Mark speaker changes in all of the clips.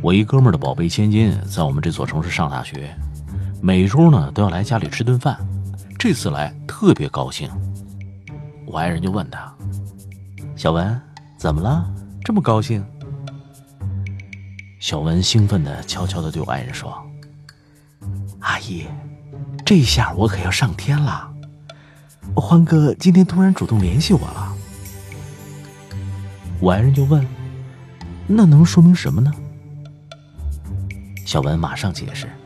Speaker 1: 我一哥们儿的宝贝千金在我们这座城市上大学，每周呢都要来家里吃顿饭，这次来特别高兴。我爱人就问他：小文，怎么了？这么高兴？小文兴奋地悄悄地对我爱人说：阿姨，这下我可要上天了，欢哥今天突然主动联系我了。我爱人就问：那能说明什么呢？小文马上解释：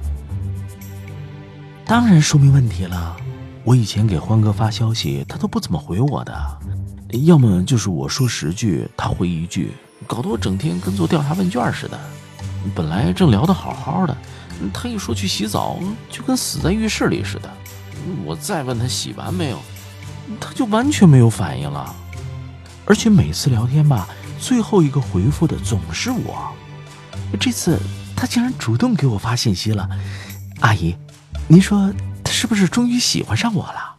Speaker 1: 当然说明问题了，我以前给欢哥发消息他都不怎么回我的，要么就是我说10句他回1句，搞得我整天跟做调查问卷似的。本来正聊得好好的，他一说去洗澡就跟死在浴室里似的，我再问他洗完没有，他就完全没有反应了。而且每次聊天吧，最后一个回复的总是我。这次他竟然主动给我发信息了，阿姨，您说他是不是终于喜欢上我了？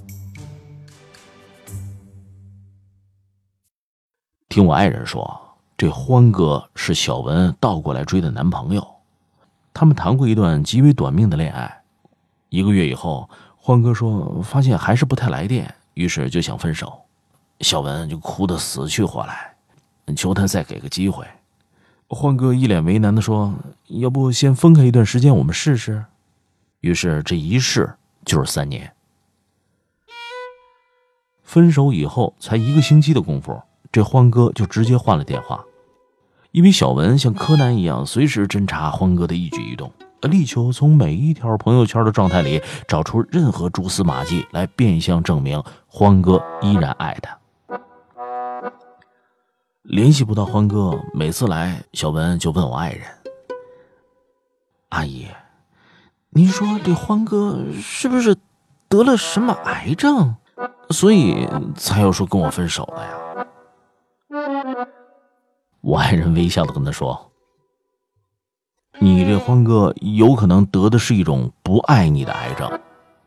Speaker 1: 听我爱人说，这欢哥是小文倒过来追的男朋友，他们谈过一段极为短命的恋爱。1个月以后，欢哥说发现还是不太来电，于是就想分手。小文就哭得死去活来，求他再给个机会。欢哥一脸为难地说：要不先分开一段时间我们试试。于是这一试就是3年。分手以后才1个星期的功夫，这欢哥就直接换了电话，因为小文像柯南一样随时侦查欢哥的一举一动，力求从每一条朋友圈的状态里找出任何蛛丝马迹来变相证明欢哥依然爱他。联系不到欢哥，每次来小文就问我爱人：阿姨，您说这欢哥是不是得了什么癌症，所以才要说跟我分手的呀？我爱人微笑地跟他说：你这欢哥有可能得的是一种不爱你的癌症。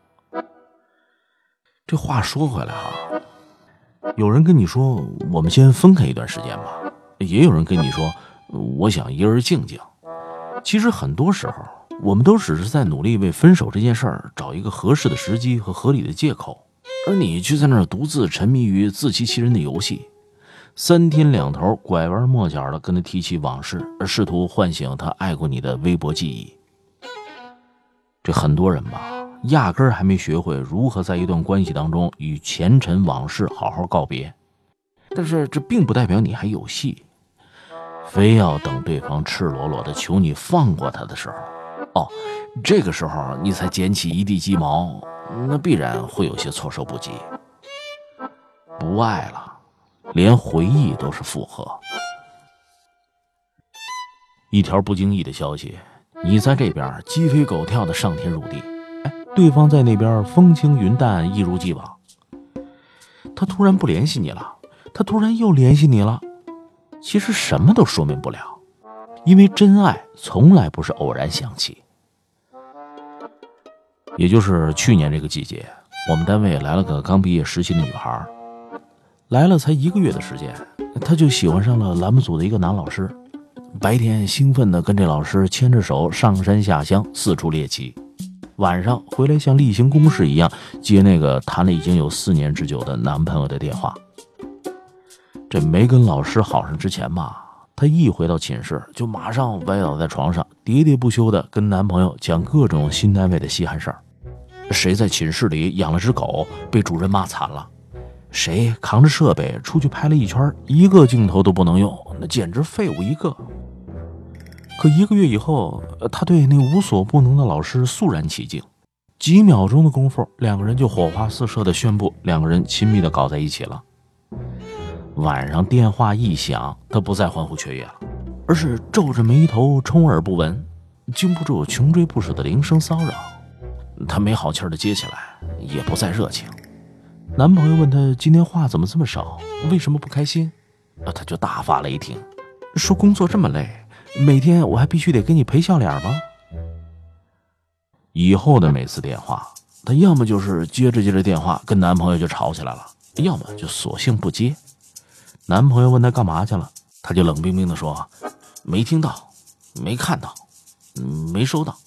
Speaker 1: 这话说回来有人跟你说我们先分开一段时间吧，也有人跟你说我想一人静静。其实很多时候我们都只是在努力为分手这件事儿找一个合适的时机和合理的借口，而你却在那儿独自沉迷于自欺欺人的游戏，3天2头拐弯抹角的跟他提起往事，而试图唤醒他爱过你的微薄记忆。这很多人吧，压根儿还没学会如何在一段关系当中与前尘往事好好告别，但是这并不代表你还有戏，非要等对方赤裸裸的求你放过他的时候，这个时候你才捡起一地鸡毛，那必然会有些措手不及。不爱了，连回忆都是负荷。一条不经意的消息，你在这边鸡飞狗跳的上天入地，对方在那边风轻云淡一如既往。他突然不联系你了，他突然又联系你了，其实什么都说明不了，因为真爱从来不是偶然想起。也就是去年这个季节，我们单位来了个刚毕业实习的女孩，来了才1个月的时间，她就喜欢上了栏目组的一个男老师，白天兴奋地跟这老师牵着手上山下乡四处猎奇，晚上回来像例行公事一样接那个谈了已经有4年之久的男朋友的电话。这没跟老师好上之前吧，她一回到寝室就马上歪倒在床上，喋喋不休地跟男朋友讲各种新单位的稀罕事儿。谁在寝室里养了只狗被主任骂惨了，谁扛着设备出去拍了一圈，1个镜头都不能用，那简直废物一个。可1个月以后，他对那无所不能的老师肃然起敬，几秒钟的功夫，2个人就火花四射地宣布2个人亲密地搞在一起了。晚上电话一响，他不再欢呼雀跃了，而是皱着眉头充耳不闻，经不住穷追不舍的铃声骚扰。他没好气地接起来，也不再热情。男朋友问他今天话怎么这么少，为什么不开心？他就大发雷霆，说工作这么累，每天我还必须得给你陪笑脸吗？以后的每次电话，她要么就是接着电话跟男朋友就吵起来了，要么就索性不接。男朋友问她干嘛去了，她就冷冰冰地说没听到。 没看到，没收到。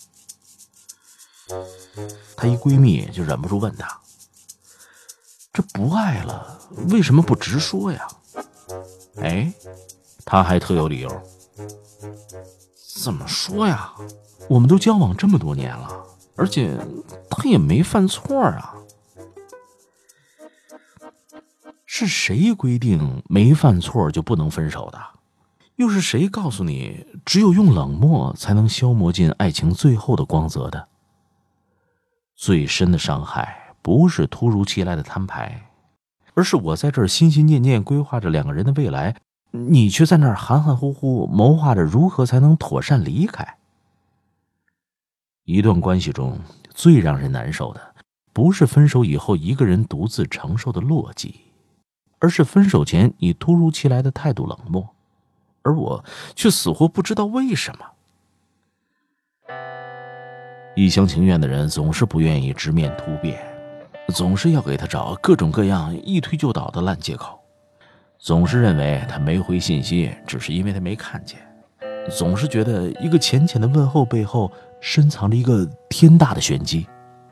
Speaker 1: 她一闺蜜就忍不住问她，这不爱了，为什么不直说呀？哎，她还特有理由。怎么说呀？我们都交往这么多年了，而且他也没犯错啊。是谁规定没犯错就不能分手的？又是谁告诉你只有用冷漠才能消磨尽爱情最后的光泽的？最深的伤害不是突如其来的摊牌，而是我在这儿心心念念规划着两个人的未来，你却在那儿含含糊糊谋划着如何才能妥善离开。一段关系中最让人难受的，不是分手以后一个人独自承受的落寂，而是分手前你突如其来的态度冷漠，而我却死活不知道为什么。一厢情愿的人总是不愿意直面突变，总是要给他找各种各样一推就倒的烂借口，总是认为他没回信息只是因为他没看见，总是觉得一个浅浅的问候背后深藏着一个天大的玄机。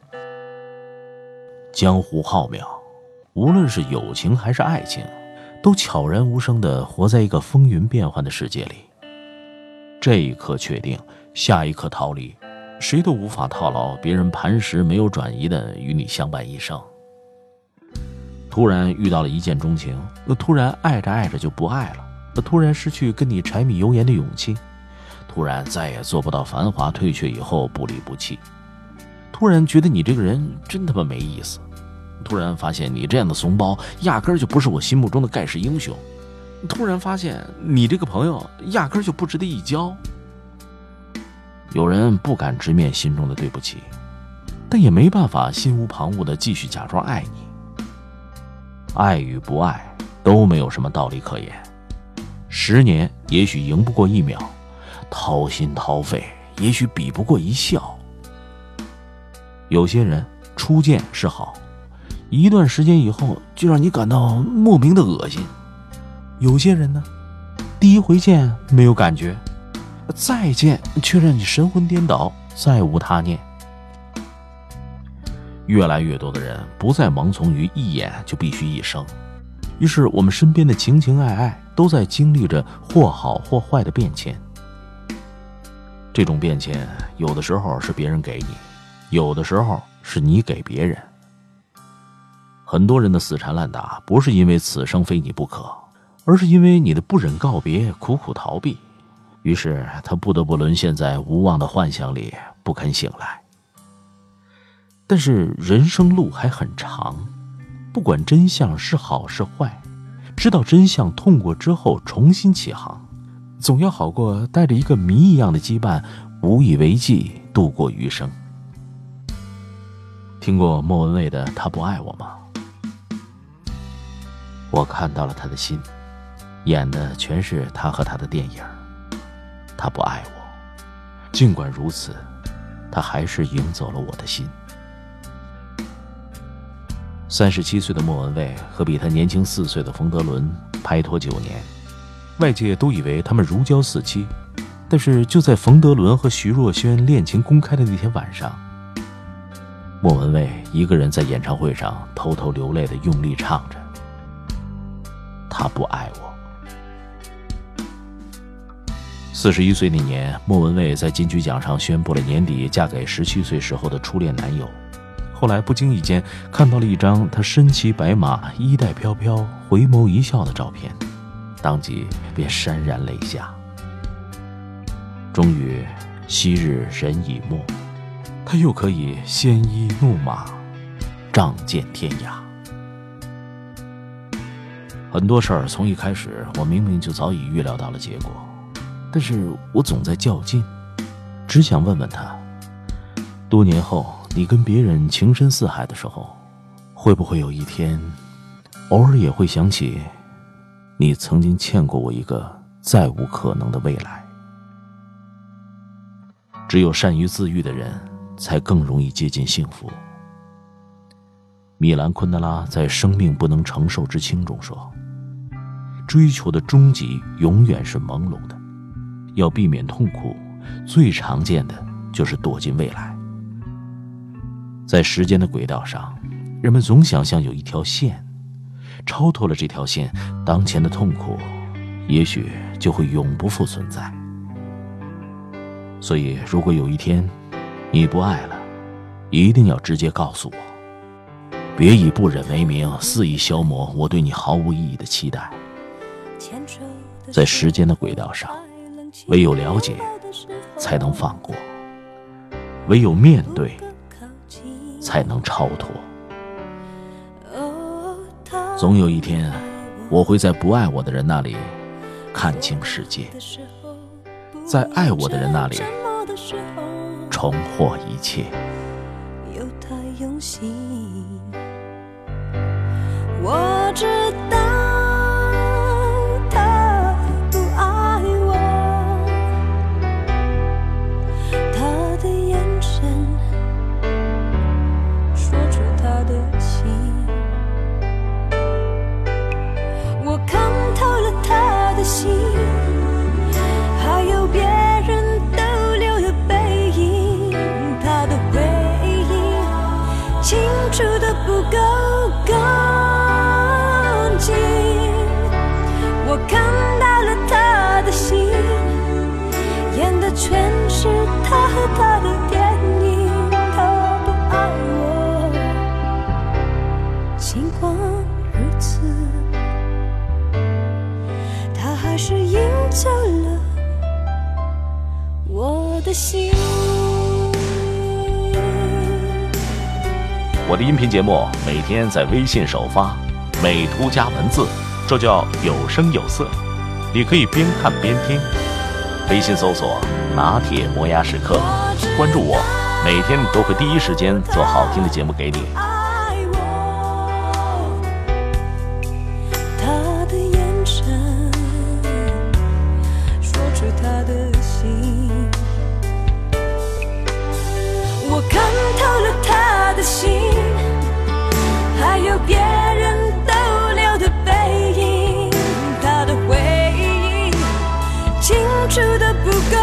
Speaker 1: 江湖浩渺，无论是友情还是爱情，都悄然无声地活在一个风云变幻的世界里。这一刻确定，下一刻逃离，谁都无法套牢别人磐石没有转移的与你相伴一生。突然遇到了一见钟情，突然爱着爱着就不爱了，突然失去跟你柴米油盐的勇气，突然再也做不到繁华退却以后不离不弃，突然觉得你这个人真他妈没意思，突然发现你这样的怂包压根儿就不是我心目中的盖世英雄，突然发现你这个朋友压根儿就不值得一交。有人不敢直面心中的对不起，但也没办法心无旁骛地继续假装爱你。爱与不爱都没有什么道理可言，10年也许赢不过1秒，掏心掏肺也许比不过一笑。有些人初见是好，一段时间以后就让你感到莫名的恶心。有些人呢，第一回见没有感觉，再见却让你神魂颠倒，再无他念。越来越多的人不再盲从于一眼就必须一生，于是我们身边的情情爱爱都在经历着或好或坏的变迁。这种变迁有的时候是别人给你，有的时候是你给别人。很多人的死缠烂打不是因为此生非你不可，而是因为你的不忍告别，苦苦逃避，于是他不得不沦陷在无望的幻想里，不肯醒来。但是人生路还很长，不管真相是好是坏，知道真相痛过之后重新起航，总要好过带着一个谜一样的羁绊无以为继度过余生。听过莫文蔚的《他不爱我》吗？我看到了他的心，演的全是他和他的电影。他不爱我，尽管如此，他还是赢走了我的心。37岁的莫文蔚和比他年轻4岁的冯德伦拍拖9年，外界都以为他们如胶似漆。但是就在冯德伦和徐若瑄恋情公开的那天晚上，莫文蔚一个人在演唱会上偷偷流泪地用力唱着他不爱我。41岁那年，莫文蔚在金曲奖上宣布了年底嫁给17岁时候的初恋男友。后来不经意间看到了一张他身骑白马，衣带飘飘，回眸一笑的照片，当即便潸然泪下。终于昔日人已没，他又可以鲜衣怒马，仗剑天涯。很多事儿从一开始我明明就早已预料到了结果，但是我总在较劲，只想问问他，多年后你跟别人情深似海的时候，会不会有一天偶尔也会想起你曾经欠过我一个再无可能的未来。只有善于自愈的人才更容易接近幸福。米兰昆德拉在《生命不能承受之轻》中说，追求的终极永远是朦胧的，要避免痛苦， 最常见的就是躲进未来。在时间的轨道上，人们总想象有一条线，超脱了这条线，当前的痛苦也许就会永不复存在。所以如果有一天你不爱了，一定要直接告诉我，别以不忍为名，肆意消磨我对你毫无意义的期待。在时间的轨道上，唯有了解才能放过，唯有面对才能超脱。总有一天，我会在不爱我的人那里看清世界，在爱我的人那里重获一切。
Speaker 2: 有他用心，我知道他不爱我，他的眼神说出他的心，我看透了他的心，还有别人逗留的背影，他的回忆清楚的不够干净，我看到了他的心，演的全是他和他的电影，他不爱我，尽管如此，他还是赢走了我的心。
Speaker 1: 我的音频节目每天在微信首发，美图加文字，这叫有声有色。你可以边看边听。微信搜索拿铁磨牙时刻，关注我，每天都会第一时间做好听的节目给你。
Speaker 2: 他的眼神说出他的心，我看透了他的心，还有别人逗留的背影，他的回忆清楚的不够